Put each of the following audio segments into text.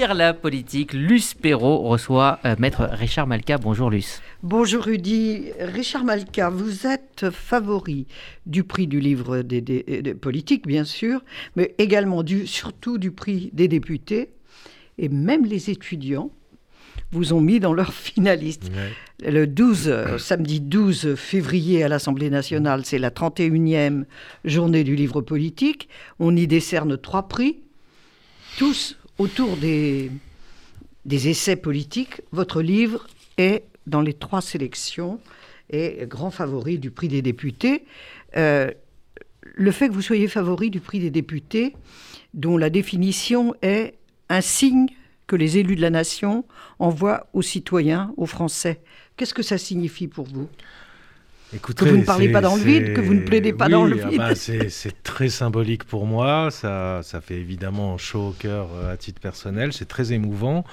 lire la politique. Luce Perrault reçoit Maître Richard Malka. Bonjour Luce. Bonjour Rudy. Richard Malka, vous êtes favori du prix du livre des politiques, bien sûr, mais également surtout du prix des députés. Et même les étudiants vous ont mis dans leurs finalistes. Ouais. Le samedi 12 février à l'Assemblée nationale, c'est la 31e journée du livre politique. On y décerne 3 prix, tous autour des essais politiques. Votre livre est dans les 3 sélections et grand favori du prix des députés. Le fait que vous soyez favori du prix des députés, dont la définition est un signe que les élus de la nation envoient aux citoyens, aux Français. Qu'est-ce que ça signifie pour vous ? Écoutez, que vous ne parlez pas dans le vide, que vous ne plaidez pas dans le vide. C'est très symbolique pour moi, ça fait évidemment chaud au cœur à titre personnel, c'est très émouvant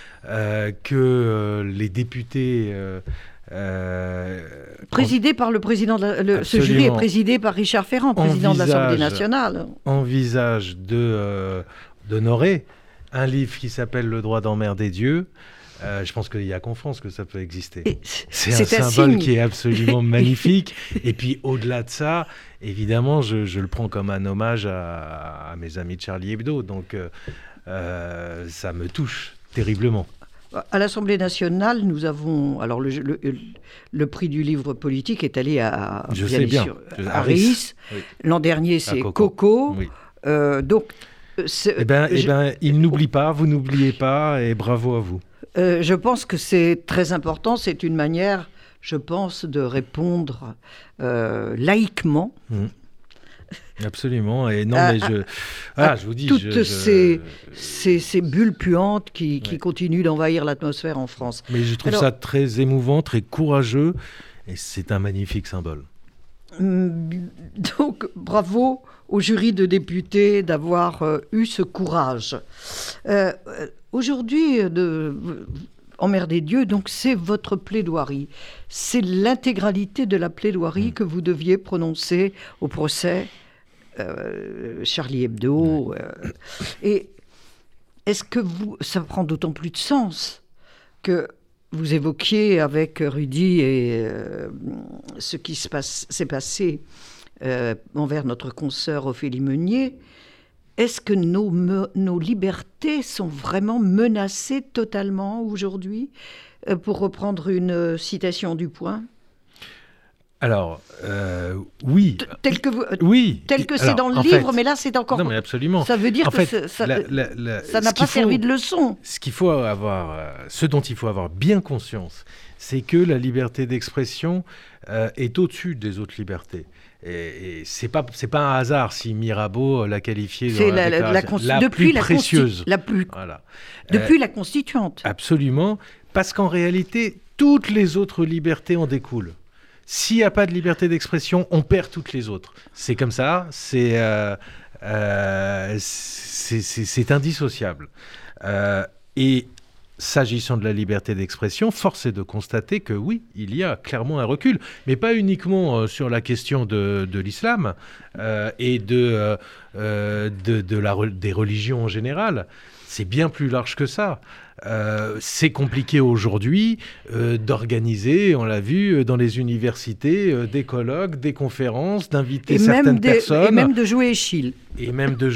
que les députés... présidé par le président ce jury est présidé par Richard Ferrand, président de l'Assemblée nationale. Envisage d'honorer un livre qui s'appelle Le droit d'emmerder Dieu. Je pense qu'il y a qu'en France que ça peut exister. C'est un symbole qui est absolument magnifique. Et puis au-delà de ça, évidemment, je le prends comme un hommage à mes amis de Charlie Hebdo. Donc ça me touche terriblement. À l'Assemblée nationale, nous avons... Alors, le prix du livre politique est allé à Reiss. Oui. L'an dernier, c'est Coco. Oui. Donc... il n'oublie pas, vous n'oubliez pas, et bravo à vous. Je pense que c'est très important. C'est une manière, je pense, de répondre laïquement. Absolument. Et non, mais je vous dis... Toutes ces bulles puantes qui continuent d'envahir l'atmosphère en France. Mais je trouve ça très émouvant, très courageux, et c'est un magnifique symbole. Donc, bravo au jury de députés d'avoir eu ce courage. Aujourd'hui, Emmerder Dieu, donc c'est votre plaidoirie. C'est l'intégralité de la plaidoirie que vous deviez prononcer au procès Charlie Hebdo. Et est-ce que ça prend d'autant plus de sens que vous évoquiez avec Rudy et ce qui s'est passé envers notre consoeur Ophélie Meunier. Est-ce que nos libertés sont vraiment menacées totalement aujourd'hui, pour reprendre une citation du Point ? Alors, oui. Tel que c'est dans le livre, mais là c'est encore... Non, mais absolument. Ça veut dire que ça n'a pas servi de leçon. Ce dont il faut avoir bien conscience, c'est que la liberté d'expression est au-dessus des autres libertés. Et c'est pas un hasard si Mirabeau l'a qualifiée la plus précieuse. Depuis la Constituante. Absolument, parce qu'en réalité, toutes les autres libertés en découlent. S'il n'y a pas de liberté d'expression, on perd toutes les autres. C'est comme ça, c'est indissociable. Et s'agissant de la liberté d'expression, force est de constater que oui, il y a clairement un recul, mais pas uniquement sur la question de l'islam et des religions en général. C'est bien plus large que ça. C'est compliqué aujourd'hui d'organiser, on l'a vu, dans les universités, des colloques, des conférences, d'inviter certaines personnes. Et même de jouer Échille. Il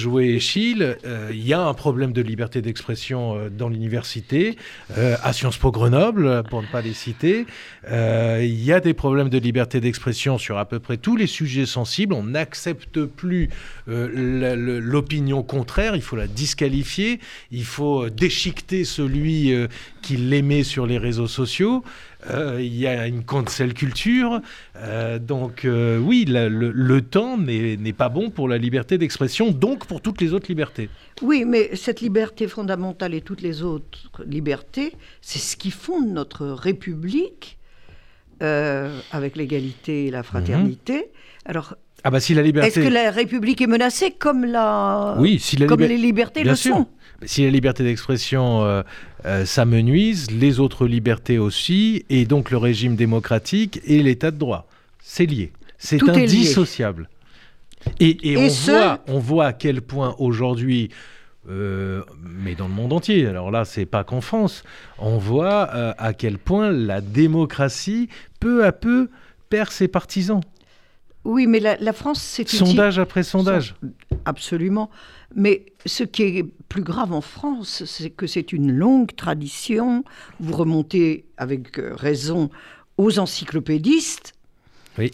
y a un problème de liberté d'expression dans l'université, à Sciences Po Grenoble, pour ne pas les citer. Il y a des problèmes de liberté d'expression sur à peu près tous les sujets sensibles. On n'accepte plus l'opinion contraire, il faut la disqualifier, il faut déchiqueter celui qui l'émet sur les réseaux sociaux. Il y a une cancel culture. Oui, le temps n'est pas bon pour la liberté d'expression, donc pour toutes les autres libertés. Oui, mais cette liberté fondamentale et toutes les autres libertés, c'est ce qui fonde notre République, avec l'égalité et la fraternité. Alors, si la liberté... est-ce que la République est menacée comme les libertés le sont ? Si la liberté d'expression s'amenuise, les autres libertés aussi, et donc le régime démocratique et l'état de droit. C'est lié. C'est indissociable. Et on voit à quel point aujourd'hui mais dans le monde entier. Alors là, c'est pas qu'en France. On voit à quel point la démocratie, peu à peu, perd ses partisans. Oui, mais la France, c'est une... Sondage après sondage. Absolument. Mais ce qui est plus grave en France, c'est que c'est une longue tradition. Vous remontez avec raison aux encyclopédistes Oui.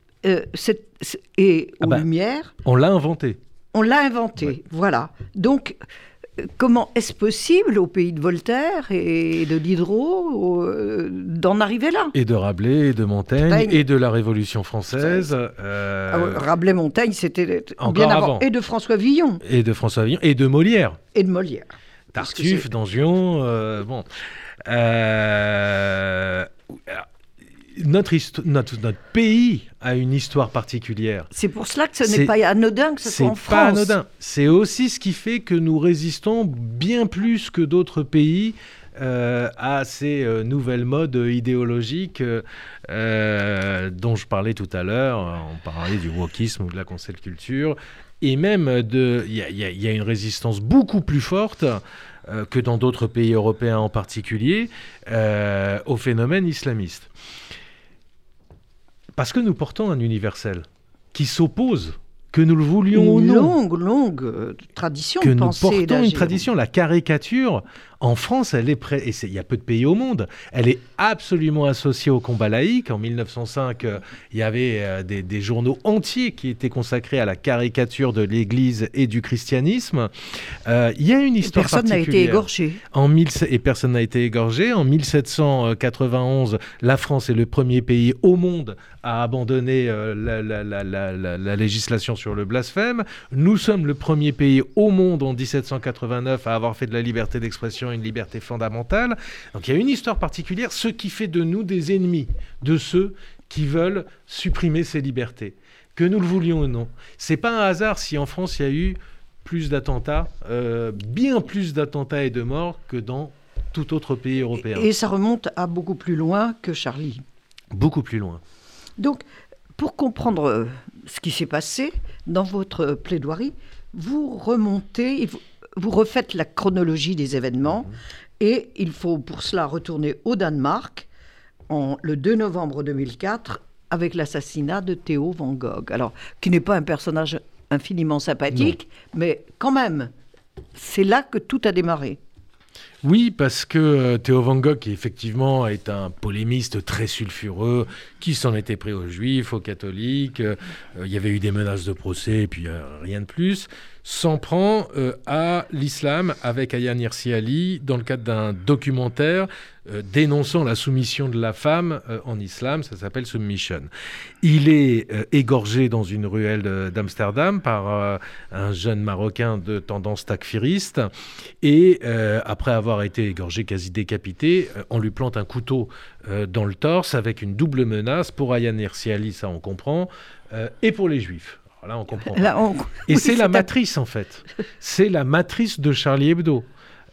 Et aux Lumières. On l'a inventé. On l'a inventé, ouais. Voilà. Donc, comment est-ce possible au pays de Voltaire et de Diderot d'en arriver là ? Et de Rabelais, et de Montaigne, et de la Révolution française. Rabelais, Montaigne, c'était encore bien avant. Et de François Villon. Et de François Villon, et de Molière. Et de Molière. Tartuffe, Dangion, bon. Notre pays a une histoire particulière. C'est pour cela que ce n'est pas anodin que ce soit en France. C'est pas anodin. C'est aussi ce qui fait que nous résistons bien plus que d'autres pays à ces nouvelles modes idéologiques dont je parlais tout à l'heure. On parlait du wokisme ou de la cancel culture. Et même, il y a une résistance beaucoup plus forte que dans d'autres pays européens en particulier au phénomène islamiste. Parce que nous portons un universel qui s'oppose, que nous le voulions ou non. Une longue tradition que de nous pensée portons d'agir. Une tradition. La caricature, en France, elle est et il y a peu de pays au monde, elle est absolument associée au combat laïque. En 1905, il y avait des journaux entiers qui étaient consacrés à la caricature de l'Église et du christianisme. Il y a une histoire particulière. Personne n'a été égorgé. Et personne n'a été égorgé. En 1791, la France est le premier pays au monde à abandonner la législation sur le blasphème. Nous sommes le premier pays au monde en 1789 à avoir fait de la liberté d'expression une liberté fondamentale. Donc il y a une histoire particulière, ce qui fait de nous des ennemis de ceux qui veulent supprimer ces libertés, que nous le voulions ou non. C'est pas un hasard si en France il y a eu plus d'attentats, bien plus d'attentats et de morts que dans tout autre pays européen. Et ça remonte à beaucoup plus loin que Charlie. Beaucoup plus loin. Donc, pour comprendre ce qui s'est passé dans votre plaidoirie, vous remontez, vous refaites la chronologie des événements et il faut pour cela retourner au Danemark le 2 novembre 2004 avec l'assassinat de Theo van Gogh. Alors, qui n'est pas un personnage infiniment sympathique, mais quand même, c'est là que tout a démarré. Oui, parce que Theo van Gogh, qui effectivement est un polémiste très sulfureux, qui s'en était pris aux juifs, aux catholiques, il y avait eu des menaces de procès, et puis rien de plus, s'en prend à l'islam avec Ayaan Hirsi Ali dans le cadre d'un documentaire dénonçant la soumission de la femme en islam, ça s'appelle Submission. Il est égorgé dans une ruelle d'Amsterdam par un jeune Marocain de tendance takfiriste et après avoir été égorgé, quasi décapité, on lui plante un couteau dans le torse avec une double menace pour Ayaan Hirsi Ali, ça on comprend, et pour les juifs. Là, on comprend. Et c'est la matrice, en fait. C'est la matrice de Charlie Hebdo,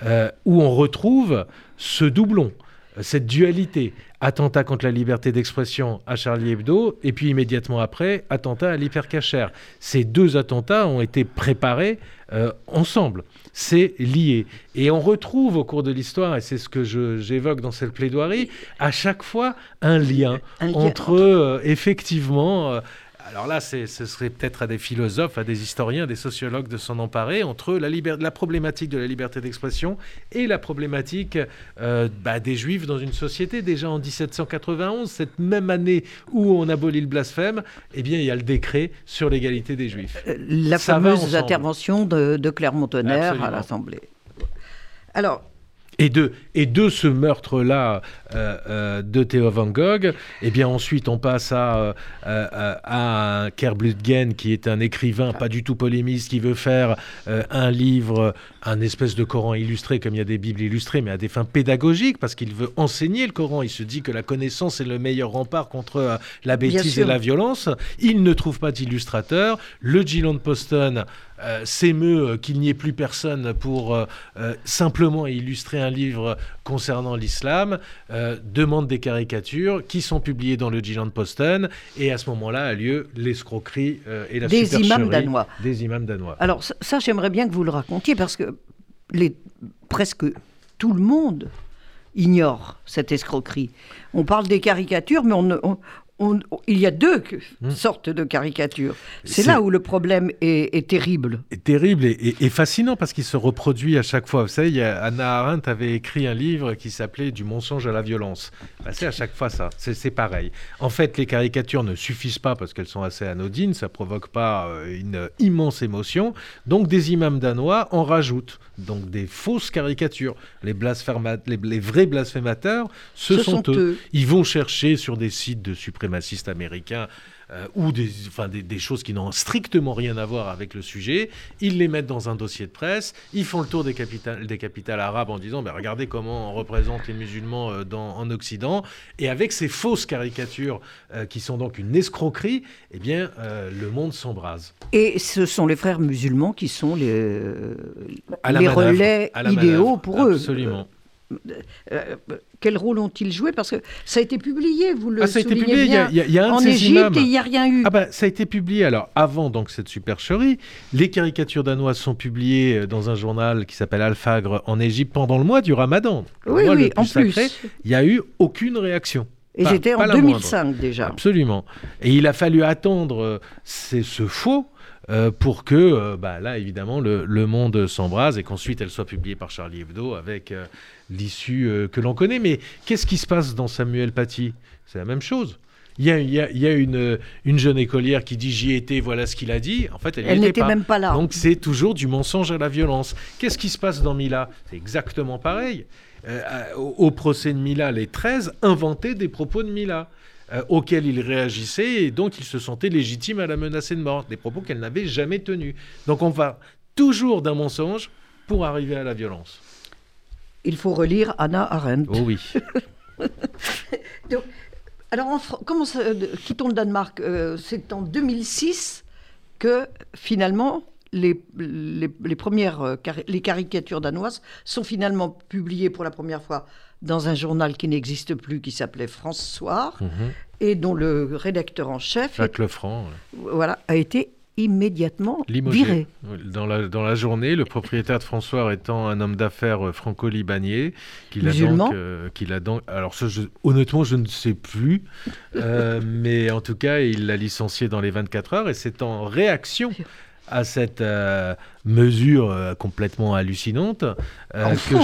où on retrouve ce doublon, cette dualité. Attentat contre la liberté d'expression à Charlie Hebdo, et puis immédiatement après, attentat à l'hypercacher. Ces deux attentats ont été préparés ensemble. C'est lié. Et on retrouve au cours de l'histoire, et c'est ce que j'évoque dans cette plaidoirie, à chaque fois un lien entre effectivement... alors là, ce serait peut-être à des philosophes, à des historiens, à des sociologues de s'en emparer, entre la problématique de la liberté d'expression et la problématique des Juifs dans une société. Déjà en 1791, cette même année où on abolit le blasphème, eh bien, il y a le décret sur l'égalité des Juifs. La fameuse intervention de Clermont-Tonnerre à l'Assemblée. Alors... Et de ce meurtre-là de Theo van Gogh, eh bien ensuite on passe à Kerbludgen, qui est un écrivain pas du tout polémiste, qui veut faire un livre, un espèce de Coran illustré, comme il y a des Bibles illustrées, mais à des fins pédagogiques, parce qu'il veut enseigner le Coran. Il se dit que la connaissance est le meilleur rempart contre la bêtise et la violence. Il ne trouve pas d'illustrateur. Le Jyllands-Posten s'émeut qu'il n'y ait plus personne pour simplement illustrer un livre concernant l'islam, demande des caricatures qui sont publiées dans le Jyllands-Posten, et à ce moment-là a lieu l'escroquerie et la supercherie des imams danois. Des imams danois. Alors ça, j'aimerais bien que vous le racontiez, parce que presque tout le monde ignore cette escroquerie. On parle des caricatures, mais il y a deux sortes de caricatures. C'est là où le problème est terrible. Terrible et fascinant parce qu'il se reproduit à chaque fois. Vous savez, Hannah Arendt avait écrit un livre qui s'appelait « Du mensonge à la violence ». C'est à chaque fois ça, c'est pareil. En fait, les caricatures ne suffisent pas parce qu'elles sont assez anodines, ça ne provoque pas une immense émotion. Donc des imams danois en rajoutent. Donc des fausses caricatures. Les vrais blasphémateurs, ce sont eux. Ils vont chercher sur des sites de suprémacistes américains ou des choses qui n'ont strictement rien à voir avec le sujet. Ils les mettent dans un dossier de presse. Ils font le tour des capitales arabes en disant regardez comment on représente les musulmans en Occident. Et avec ces fausses caricatures qui sont donc une escroquerie, eh bien, le monde s'embrase. Et ce sont les frères musulmans qui sont les relais idéaux pour eux. Absolument. Quel rôle ont-ils joué? Parce que ça a été publié, vous le ça a été soulignez publié, bien, il y a un en de ces Égypte, imams. et il n'y a rien eu. Ça a été publié, alors avant donc, cette supercherie. Les caricatures danoises sont publiées dans un journal qui s'appelle Al-Fajr en Égypte pendant le mois du Ramadan. Oui, en plus. Il n'y a eu aucune réaction. Et c'était en 2005 déjà. Absolument. Et il a fallu attendre ce faux pour que, là, évidemment, le monde s'embrase et qu'ensuite elle soit publiée par Charlie Hebdo avec l'issue que l'on connaît. Mais qu'est-ce qui se passe dans Samuel Paty? C'est la même chose. Il y a une jeune écolière qui dit « j'y étais, voilà ce qu'il a dit ». En fait, elle n'était même pas là. Donc c'est toujours du mensonge à la violence. Qu'est-ce qui se passe dans Mila? C'est exactement pareil. Au procès de Mila, les 13 inventaient des propos de Mila. Auxquels il réagissait et donc il se sentait légitime à la menacer de mort, des propos qu'elle n'avait jamais tenus. Donc on va toujours d'un mensonge pour arriver à la violence. Il faut relire Hannah Arendt. Oh oui. Donc, alors, quittons le Danemark, c'est en 2006 que finalement les premières les caricatures danoises sont finalement publiées pour la première fois dans un journal qui n'existe plus, qui s'appelait France Soir, et dont le rédacteur en chef, Jacques Lefranc, a été immédiatement limogé. Viré. Dans la journée, le propriétaire de France Soir étant un homme d'affaires franco-libanais, musulman. Alors honnêtement, je ne sais plus, mais en tout cas, il l'a licencié dans les 24 heures, et c'est en réaction à cette mesure complètement hallucinante que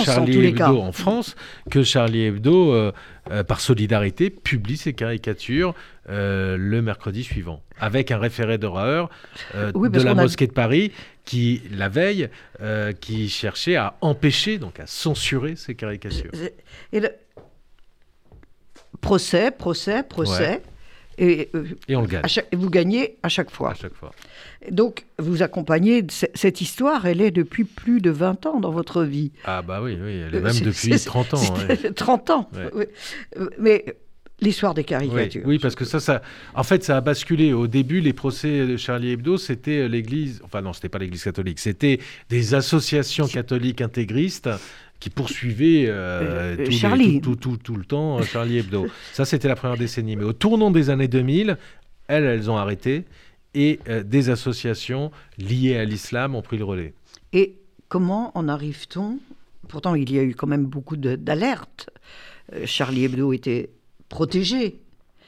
Charlie Hebdo, par solidarité, publie ses caricatures le mercredi suivant, avec un référé d'horreur de la mosquée de Paris qui, la veille, qui cherchait à empêcher, donc à censurer ces caricatures. Et procès. Ouais. Et on le gagne. Vous gagnez à chaque fois. À chaque fois. Donc, vous accompagnez cette histoire, elle est depuis plus de 20 ans dans votre vie. Ah bah oui, elle est même depuis 30 ans. 30 ans, ouais. Mais l'histoire des caricatures. Oui, parce que ça a basculé. Au début, les procès de Charlie Hebdo, c'était l'Église... Enfin non, c'était pas l'Église catholique, c'était des associations catholiques intégristes qui poursuivait tout le temps Charlie Hebdo. Ça, c'était la première décennie. Mais au tournant des années 2000, elles ont arrêté et des associations liées à l'islam ont pris le relais. Et comment en arrive-t-on? Pourtant, il y a eu quand même beaucoup d'alertes. Charlie Hebdo était protégé,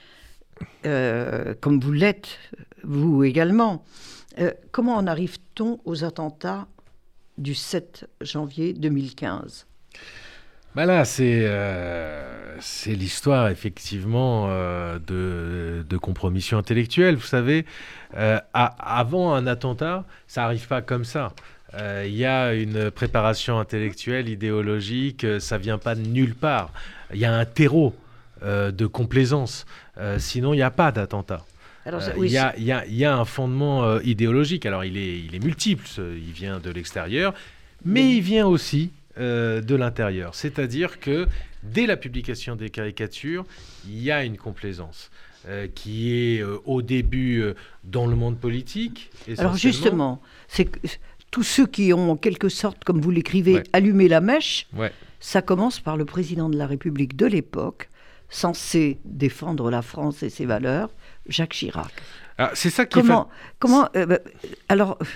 comme vous l'êtes, vous également. Comment en arrive-t-on aux attentats du 7 janvier 2015? Là, c'est l'histoire, effectivement, de compromission intellectuelle. Vous savez, avant un attentat, ça n'arrive pas comme ça. Il y a une préparation intellectuelle, idéologique, ça ne vient pas de nulle part. Il y a un terreau de complaisance. Sinon, il n'y a pas d'attentat. Il y a un fondement idéologique. Alors, il est multiple. Il vient de l'extérieur, mais il vient aussi de l'intérieur. C'est-à-dire que dès la publication des caricatures, il y a une complaisance qui est au début dans le monde politique. Alors justement, c'est tous ceux qui ont en quelque sorte, comme vous l'écrivez, allumé la mèche, ça commence par le président de la République de l'époque, censé défendre la France et ses valeurs, Jacques Chirac. Alors, c'est ça qui alors,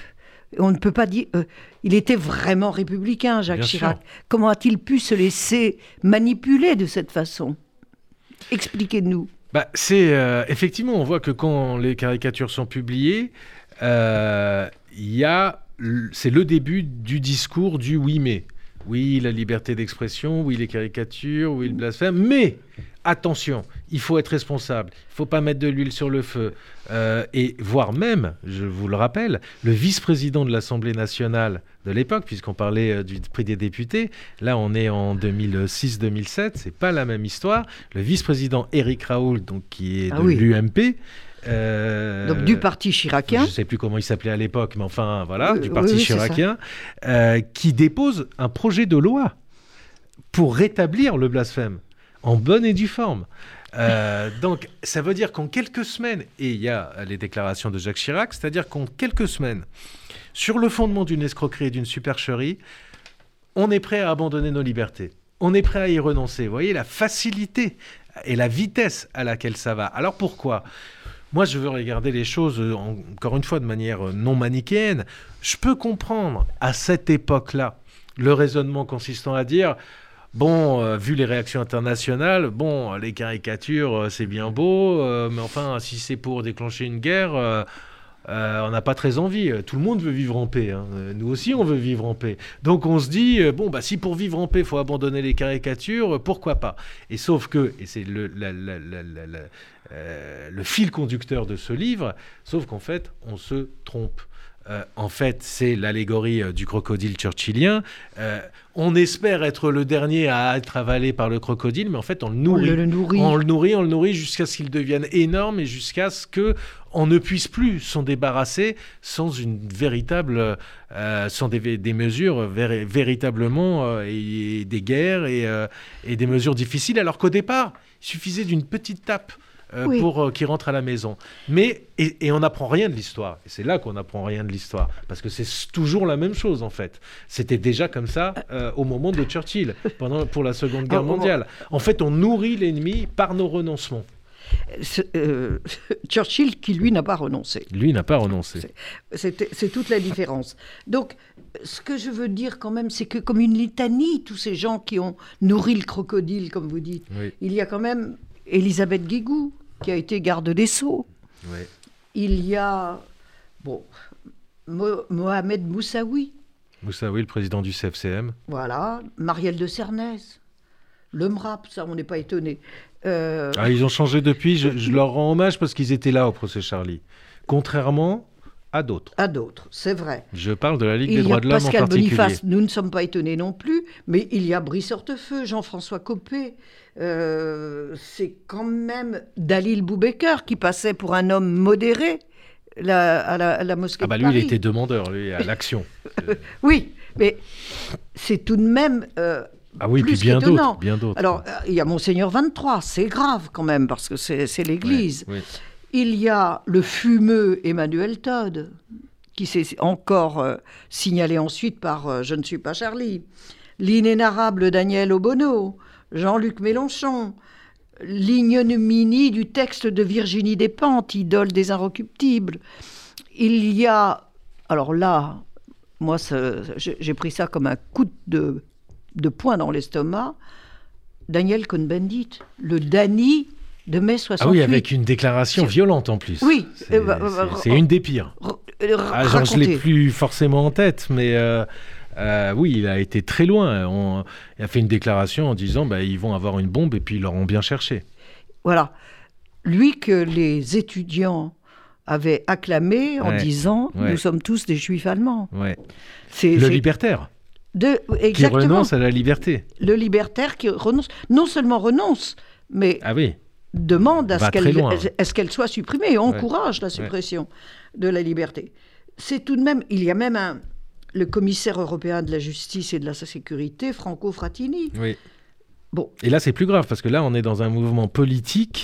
On ne peut pas dire... il était vraiment républicain, Jacques Bien Chirac. sûr. Comment a-t-il pu se laisser manipuler de cette façon? Expliquez-nous. Effectivement, on voit que quand les caricatures sont publiées, c'est le début du discours du oui mais. Oui, la liberté d'expression, oui, les caricatures, oui, le blasphème, mais attention, il faut être responsable, il ne faut pas mettre de l'huile sur le feu. Et voire même, je vous le rappelle, le vice-président de l'Assemblée nationale de l'époque, puisqu'on parlait du prix des députés, là on est en 2006-2007, c'est pas la même histoire. Le vice-président Éric Raoult, donc, qui est de l'UMP, donc du parti chiracien. Je ne sais plus comment il s'appelait à l'époque, mais enfin voilà, du parti oui, chiracien, qui dépose un projet de loi pour rétablir le blasphème en bonne et due forme. Donc ça veut dire qu'en quelques semaines, et il y a les déclarations de Jacques Chirac, c'est-à-dire qu'en quelques semaines, sur le fondement d'une escroquerie et d'une supercherie, on est prêt à abandonner nos libertés. On est prêt à y renoncer. Vous voyez la facilité et la vitesse à laquelle ça va. Alors pourquoi ? Moi, je veux regarder les choses, encore une fois, de manière non manichéenne. Je peux comprendre, à cette époque-là, le raisonnement consistant à dire, vu les réactions internationales, les caricatures, c'est bien beau, mais enfin, si c'est pour déclencher une guerre, on n'a pas très envie. Tout le monde veut vivre en paix. Hein. Nous aussi, on veut vivre en paix. Donc, on se dit, si pour vivre en paix, il faut abandonner les caricatures, pourquoi pas ? Et sauf que, et c'est le fil conducteur de ce livre, sauf qu'en fait, on se trompe. En fait, c'est l'allégorie du crocodile churchillien. On espère être le dernier à être avalé par le crocodile, mais en fait, on le nourrit. On le nourrit jusqu'à ce qu'il devienne énorme et jusqu'à ce qu'on ne puisse plus s'en débarrasser sans une véritable, sans des mesures véritablement, et des guerres et des mesures difficiles, alors qu'au départ, il suffisait d'une petite tape. Pour qu'il rentre à la maison. Et on n'apprend rien de l'histoire. Et c'est là qu'on n'apprend rien de l'histoire. Parce que c'est toujours la même chose, en fait. C'était déjà comme ça au moment de Churchill, pour la Seconde Guerre mondiale. En fait, on nourrit l'ennemi par nos renoncements. Churchill, qui, lui, n'a pas renoncé. Lui n'a pas renoncé. C'est toute la différence. Donc, ce que je veux dire quand même, c'est que comme une litanie, tous ces gens qui ont nourri le crocodile, comme vous dites, il y a quand même Élisabeth Guigou, qui a été garde des Sceaux. Ouais. Il y a Mohamed Moussaoui. Moussaoui, le président du CFCM. Voilà, Marielle de Cernès. Le MRAP, ça, on n'est pas étonné. Ils ont changé depuis, je leur rends hommage parce qu'ils étaient là au procès Charlie. Contrairement à d'autres. À d'autres, c'est vrai. Je parle de la Ligue des droits de l'homme en particulier. particulier. Pascal Boniface, nous ne sommes pas étonnés non plus, mais il y a Brice Hortefeux, Jean-François Copé. C'est quand même Dalil Boubaker qui passait pour un homme modéré à la mosquée de Paris. Lui, il était demandeur, lui, à l'action. Oui, mais c'est tout de même... puis bien d'autres. Alors, il y a Monseigneur 23, c'est grave quand même, parce que c'est l'Église. Oui. Il y a le fumeux Emmanuel Todd, qui s'est encore signalé ensuite par Je ne suis pas Charlie. L'inénarrable Daniel Obono, Jean-Luc Mélenchon, l'ignominie du texte de Virginie Despentes, idole des inrecuptibles. Il y a... Alors là, moi, j'ai pris ça comme un coup de poing dans l'estomac. Daniel Cohn-Bendit, le Dany de mai 68. Ah oui, avec une déclaration violente en plus. Oui. C'est une des pires. Je ne l'ai plus forcément en tête, mais oui, il a été très loin. Il a fait une déclaration en disant ils vont avoir une bombe et puis ils l'auront bien cherché. Voilà. Lui que les étudiants avaient acclamé en disant « Nous sommes tous des juifs allemands ». Le libertaire. Qui renonce à la liberté. Le libertaire qui renonce, non seulement renonce, mais demande à ce qu'elle soit supprimée et encourage la suppression de la liberté. C'est tout de même, il y a même le commissaire européen de la justice et de la sécurité, Franco Frattini. Oui. Bon. Et là, c'est plus grave, parce que là, on est dans un mouvement politique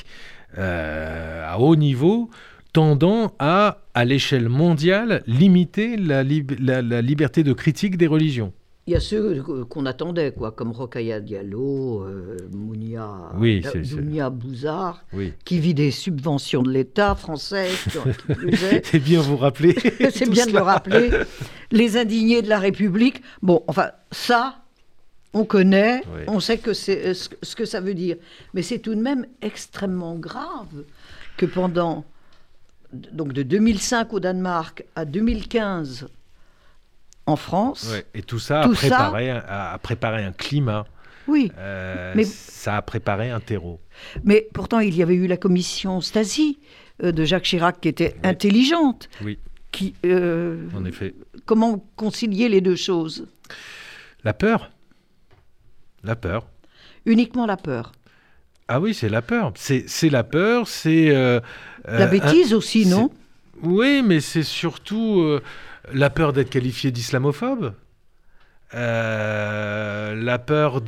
à haut niveau, tendant à l'échelle mondiale, limiter la liberté de critique des religions. Il y a ceux qu'on attendait, quoi, comme Rokhaya Diallo, Mounia, Oui, Dounia Bouzard, Oui. qui vit des subventions de l'État français, qui plus est. C'est bien vous rappeler. C'est bien de le rappeler. Les indignés de la République. Bon, enfin, ça, on connaît, Oui. on sait que c'est ce que ça veut dire. Mais c'est tout de même extrêmement grave que pendant, donc de 2005 au Danemark à 2015 en France, Ouais. Et tout ça, a préparé un climat. oui, mais- Ça a préparé un terreau. mais pourtant il y avait eu la commission Stasi de Jacques Chirac qui était intelligente. Oui, Qui, en effet. comment concilier les deux choses? La peur. La peur. Uniquement la peur. Ah oui, c'est la peur. C'est la peur, c'est... La bêtise aussi, non? Oui, mais c'est surtout la peur d'être qualifié d'islamophobe. La peur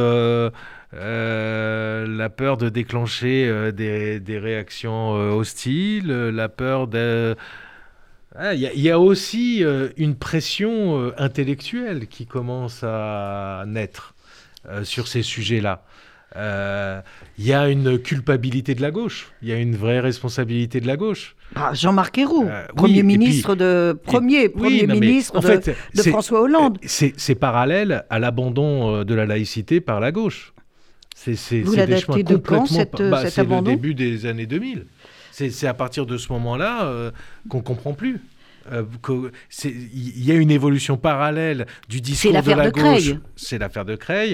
de déclencher des réactions hostiles, la peur de... Il y a aussi une pression intellectuelle qui commence à naître sur ces sujets-là. Il y a une culpabilité de la gauche, il y a une vraie responsabilité de la gauche. Ah, Jean-Marc Ayrault, Oui, premier et ministre puis- premier non, mais ministre en fait, de François Hollande. C'est parallèle à l'abandon de la laïcité par la gauche. Vous C'est la des chemins datez de quand, complètement... cet c'est abandon? le début des années 2000. C'est à partir de ce moment-là qu'on ne comprend plus. Il y a une évolution parallèle du discours de l'affaire la de gauche. Creil. C'est l'affaire de Creil.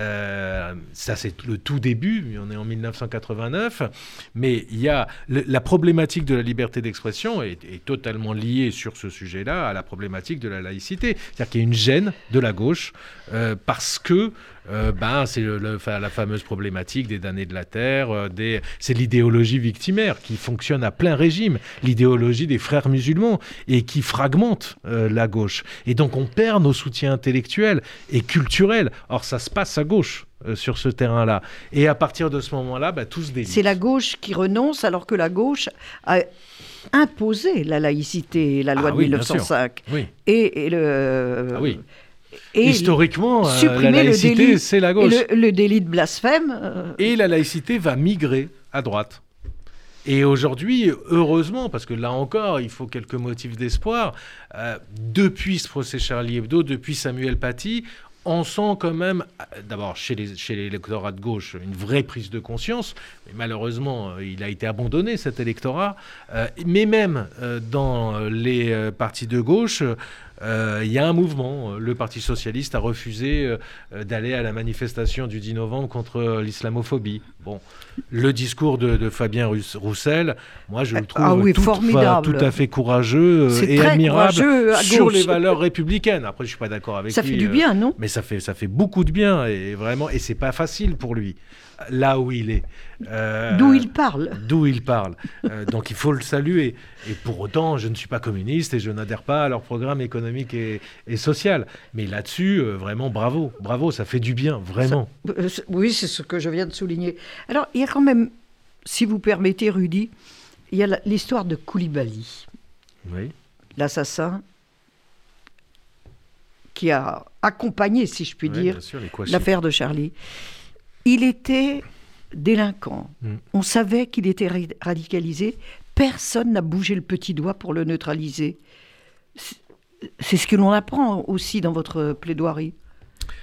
Ça, c'est le tout début. On est en 1989. Mais il y a la problématique de la liberté d'expression est totalement liée sur ce sujet-là à la problématique de la laïcité. C'est-à-dire qu'il y a une gêne de la gauche parce que c'est la fameuse problématique des damnés de la terre. C'est l'idéologie victimaire qui fonctionne à plein régime. L'idéologie des frères musulmans et qui fragmente la gauche. Et donc on perd nos soutiens intellectuels et culturels. Or ça se passe à gauche sur ce terrain-là. Et à partir de ce moment-là, tout se délite. C'est la gauche qui renonce alors que la gauche a imposé la laïcité, la loi de oui, 1905. Oui. Et le... Ah oui. Et Historiquement, la supprimer laïcité, c'est la gauche. Et le délit de blasphème. Et la laïcité va migrer à droite. Et aujourd'hui, heureusement, parce que là encore, il faut quelques motifs d'espoir, depuis ce procès Charlie Hebdo, depuis Samuel Paty, on sent quand même, d'abord chez l'électorat de gauche, une vraie prise de conscience. Mais malheureusement, il a été abandonné, cet électorat. Mais même dans les partis de gauche, il y a un mouvement. Le Parti socialiste a refusé d'aller à la manifestation du 10 novembre contre l'islamophobie. Bon, le discours de Fabien Roussel, moi je le trouve formidable. tout à fait courageux et admirable sur les valeurs républicaines. Après, je suis pas d'accord avec lui. Ça fait du bien, non? Mais ça fait beaucoup de bien et vraiment, et c'est pas facile pour lui. Là où il est. D'où il parle. D'où il parle. Donc il faut le saluer. Et pour autant, je ne suis pas communiste et je n'adhère pas à leur programme économique et social. Mais là-dessus, vraiment, bravo. Bravo, ça fait du bien, vraiment. Oui, c'est ce que je viens de souligner. Alors, il y a quand même, si vous permettez, Rudy, il y a l'histoire de Koulibaly. Oui. L'assassin qui a accompagné, si je puis dire, l'affaire de Charlie. Il était délinquant. On savait qu'il était radicalisé. Personne n'a bougé le petit doigt pour le neutraliser. C'est ce que l'on apprend aussi dans votre plaidoirie. Pourquoi ?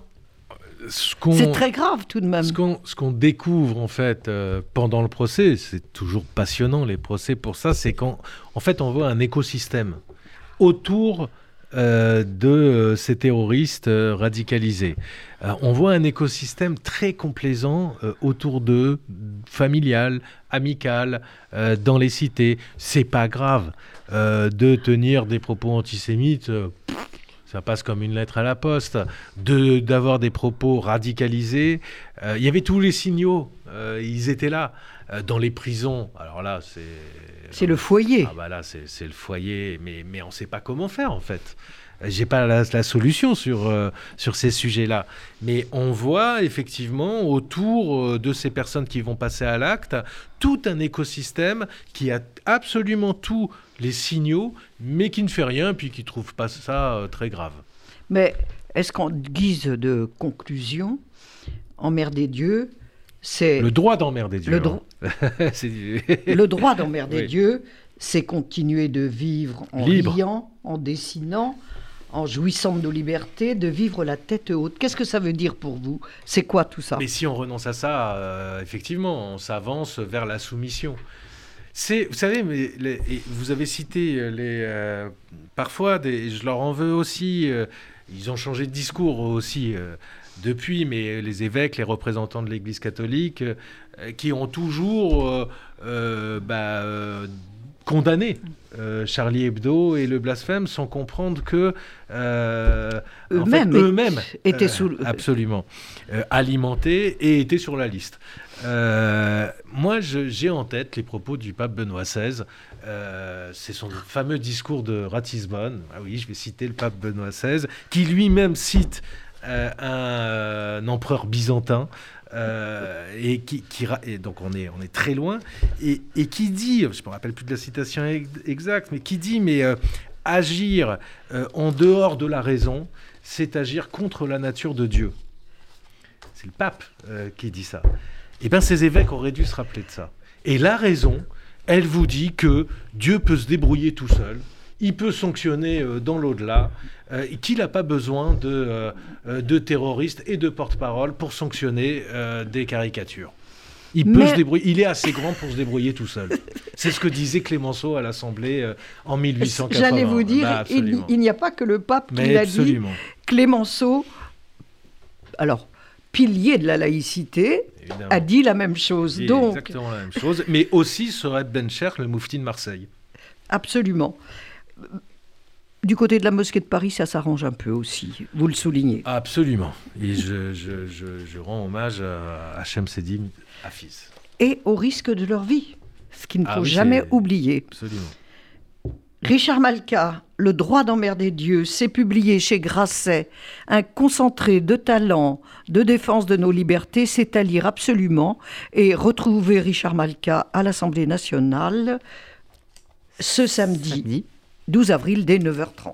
C'est très grave tout de même. Ce qu'on découvre en fait pendant le procès, c'est toujours passionnant les procès pour ça, c'est qu'en fait on voit un écosystème autour de ces terroristes radicalisés. On voit un écosystème très complaisant autour d'eux, familial, amical, dans les cités. C'est pas grave de tenir des propos antisémites. Ça passe comme une lettre à la poste. D'avoir des propos radicalisés. Il y avait tous les signaux. Ils étaient là. Dans les prisons. Alors là, c'est le foyer. Ah bah là, c'est le foyer. Mais on ne sait pas comment faire, en fait. J'ai pas la solution sur ces sujets-là. Mais on voit effectivement autour de ces personnes qui vont passer à l'acte tout un écosystème qui a absolument tous les signaux, mais qui ne fait rien, puis qui ne trouve pas ça très grave. Mais Est-ce qu'en guise de conclusion, emmerder Dieu, c'est... Le droit d'emmerder Dieu. Le droit d'emmerder Oui. Dieu, c'est continuer de vivre en Libre. riant, en dessinant, en jouissant de nos libertés, de vivre la tête haute. Qu'est-ce que ça veut dire pour vous? C'est quoi tout ça? Mais si on renonce à ça, effectivement, on s'avance vers la soumission. Vous savez, vous avez cité parfois, je leur en veux aussi, ils ont changé de discours aussi depuis, mais les évêques, les représentants de l'Église catholique, qui ont toujours condamné Charlie Hebdo et le blasphème sans comprendre que eux-mêmes étaient sous... absolument alimentés et étaient sur la liste. Moi, j'ai en tête les propos du pape Benoît XVI. C'est son fameux discours de Ratisbonne. Ah oui, je vais citer le pape Benoît XVI, qui lui-même cite un empereur byzantin. Et donc on est très loin, et qui dit, je ne me rappelle plus de la citation exacte, mais qui dit, agir en dehors de la raison, c'est agir contre la nature de Dieu. C'est le pape qui dit ça. Eh bien, ces évêques auraient dû se rappeler de ça. Et la raison, elle vous dit que Dieu peut se débrouiller tout seul, il peut sanctionner dans l'au-delà, qu'il n'a pas besoin de terroristes et de porte-parole pour sanctionner des caricatures. Peut se débrouiller, il est assez grand pour se débrouiller tout seul. C'est ce que disait Clémenceau à l'Assemblée en 1880. J'allais vous dire, il n'y a pas que le pape qui l'a dit. Clémenceau, alors, pilier de la laïcité, évidemment, a dit la même chose. Donc, exactement la même chose, mais aussi Sohrab Bencher, le moufti de Marseille. Absolument. Du côté de la mosquée de Paris, ça s'arrange un peu aussi, vous le soulignez. Absolument. Et je rends hommage à Shemseddin Hafiz. Et au risque de leur vie, ce qu'il ne faut jamais oublier. Absolument. Richard Malka, Le droit d'emmerder Dieu, c'est publié chez Grasset, un concentré de talent, de défense de nos libertés, c'est à lire absolument. Et retrouver Richard Malka à l'Assemblée nationale ce samedi 12 avril dès 9h30.